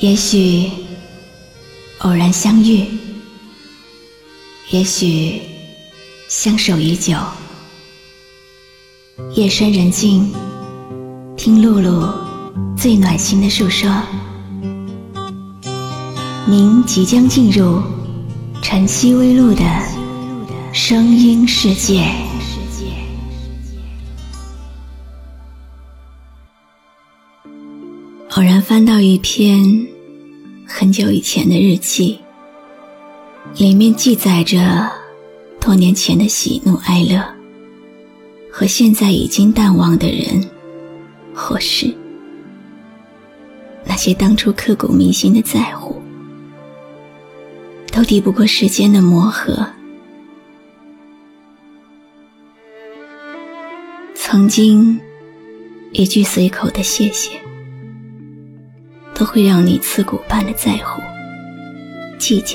也许偶然相遇，也许相守已久。夜深人静，听露露最暖心的诉说。您即将进入晨曦微露的声音世界。偶然翻到一篇很久以前的日记，里面记载着多年前的喜怒哀乐和现在已经淡忘的人或事，那些当初刻骨铭心的在乎都抵不过时间的磨合。曾经一句随口的谢谢都会让你刺骨般的在乎计较。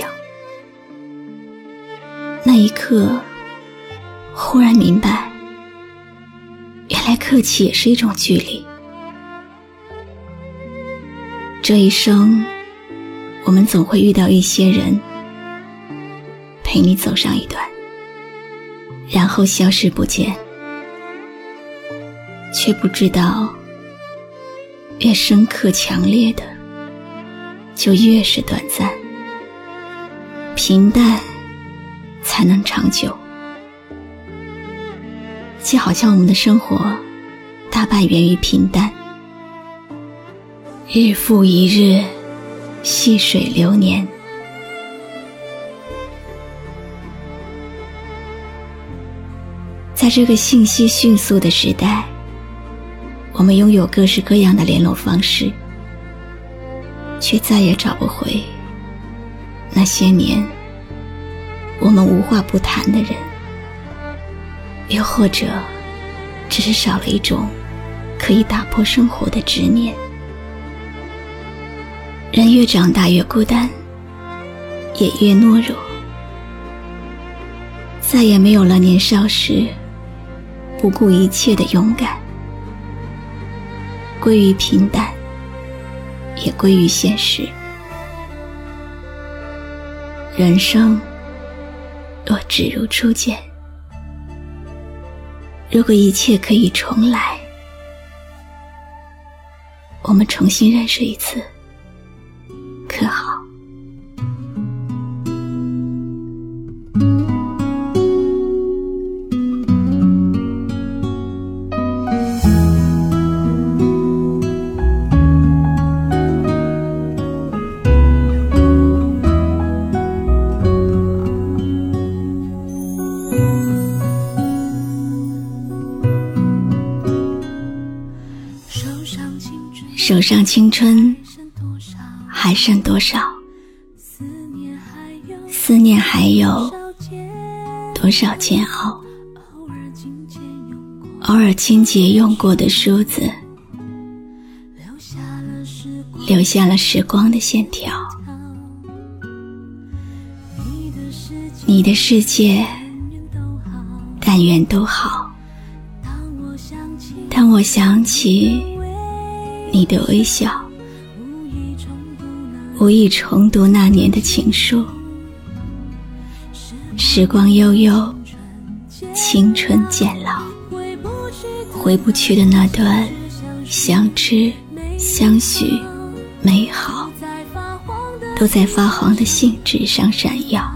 那一刻忽然明白，原来客气也是一种距离。这一生我们总会遇到一些人陪你走上一段，然后消失不见，却不知道越深刻强烈的就越是短暂，平淡才能长久。就好像我们的生活大半源于平淡，日复一日，细水流年。在这个信息迅速的时代，我们拥有各式各样的联络方式，却再也找不回那些年我们无话不谈的人，又或者只是少了一种可以打破生活的执念。人越长大越孤单，也越懦弱，再也没有了年少时不顾一切的勇敢，归于平淡，也归于现实。人生若只如初见，如果一切可以重来，我们重新认识一次，可好？手上青春还剩多少，思念还有多少煎熬。偶尔清洁用过的梳子，留下了时光的线条。你的世界但愿都好，当我想起你的微笑，无意重读那年的情书。时光悠悠，青春渐老，回不去的那段相知相许美好，都在发黄的信纸上闪耀。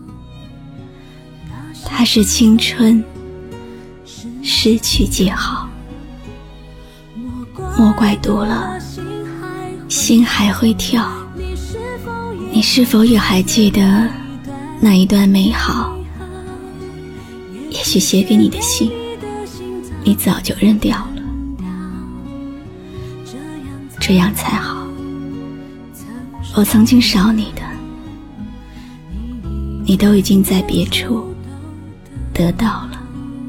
它是青春，失去记号，莫怪读了心还会跳。你是否也还记得那一段美好？也许写给你的信你早就扔掉了，这样才好。我曾经少你的，你都已经在别处得到了，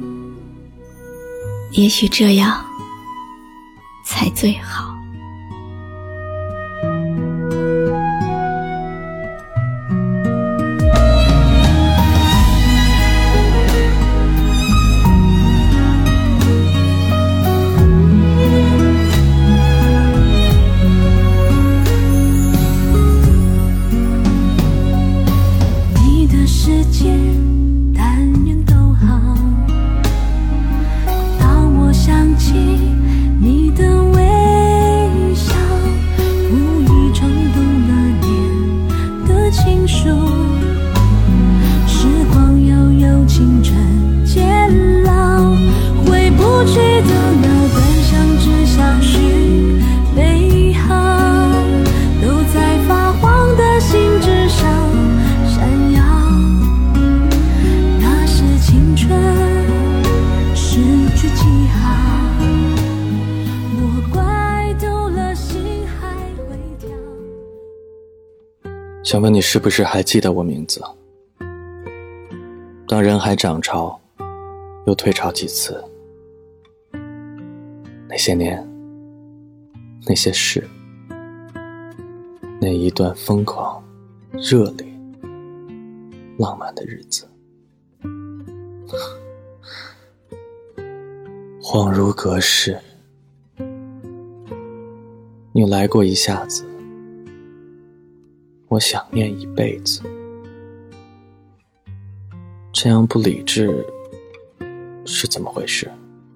也许这样才最好。 想问你是不是还记得我名字？当人海涨潮又退潮几次，那些年，那些事，那一段疯狂热烈浪漫的日子，恍如隔世。你来过一下子，我想念一辈子。这样不理智是怎么回事？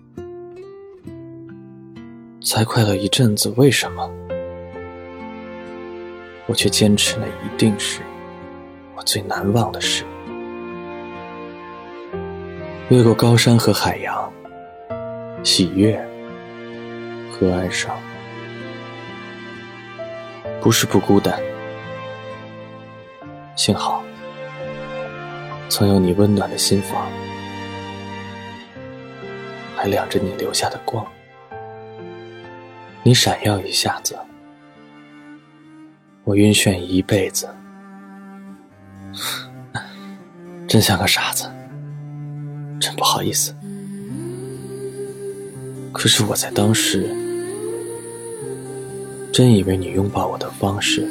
才快乐一阵子，为什么我却坚持那一定是我最难忘的事？越过高山和海洋，喜悦和哀伤，不是不孤单，幸好曾有你温暖的心房，还亮着你留下的光。你闪耀一下子，我晕眩一辈子。真像个傻子，真不好意思。可是我在当时真以为你拥抱我的方式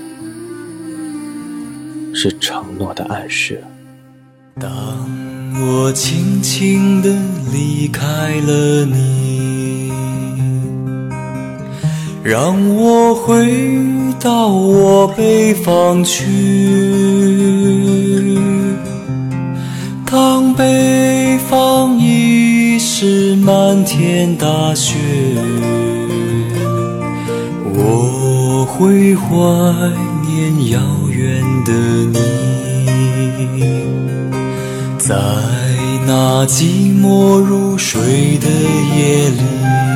是承诺的暗示。 当我轻轻地离开了你，让我回到我北方去。当北方已是漫天大雪，我会怀念遥远的你。在那寂寞入睡的夜里，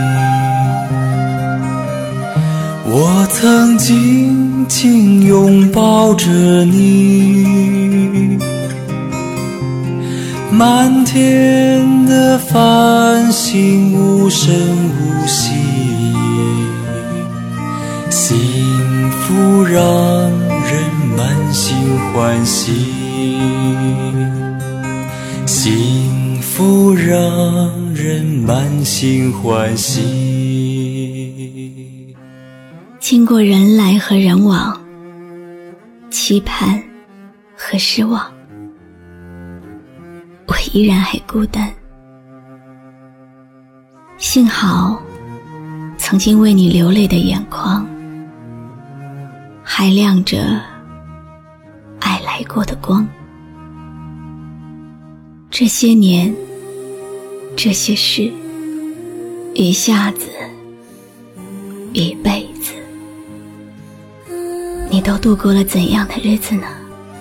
我曾紧紧拥抱着你。满天的繁星无声无息，幸福让人满心欢喜，幸福让人满心欢喜。 经过人来和人往，期盼和失望，我依然还孤单。幸好曾经为你流泪的眼眶，还亮着爱来过的光。这些年，这些事，一下子，一辈子，你都度过了怎样的日子呢？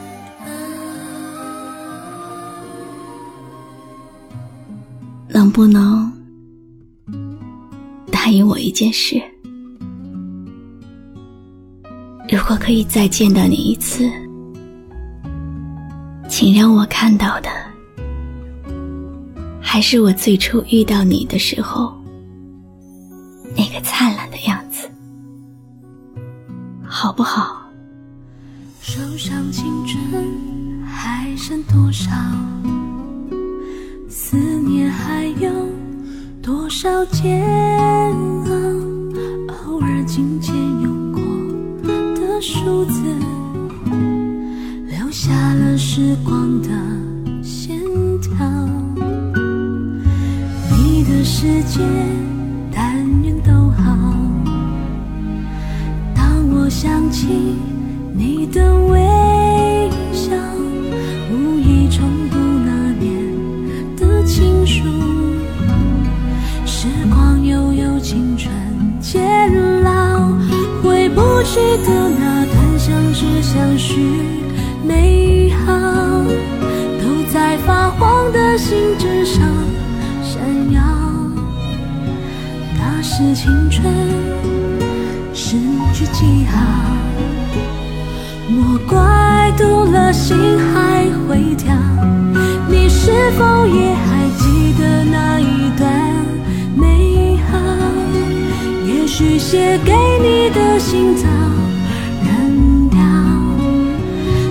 能不能答应我一件事？如果可以再见到你一次，请让我看到的还是我最初遇到你的时候那个灿烂的样子，好不好？ 手上青春还剩多少，思念还有多少煎熬，偶尔金钱用过的数字，留下了时光的线条。你的世界但愿都好，当我想起你的微笑，无意重读那年的情书，时光悠悠，青春渐老，回不去的那段相知相许美好，都在发黄的信纸上闪耀。那是青春失去记号，莫怪读了心还会跳。你是否也还记得那一段美好？也许写给你的信早燃掉，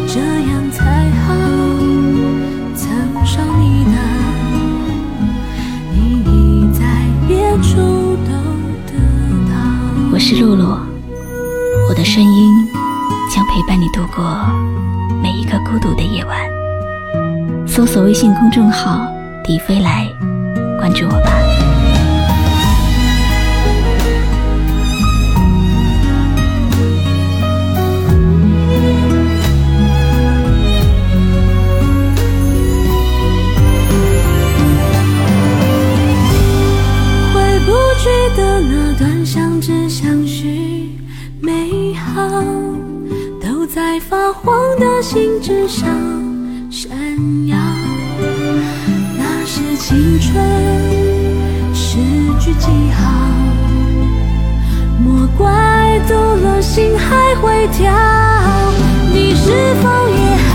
音将陪伴你度过每一个孤独的夜晚。搜索微信公众号笛飞来，关注我吧。 回不去的那段相知相许美好，都在发黄的信纸上闪耀。那是青春，诗句记号，莫怪读了心还会跳。你是否也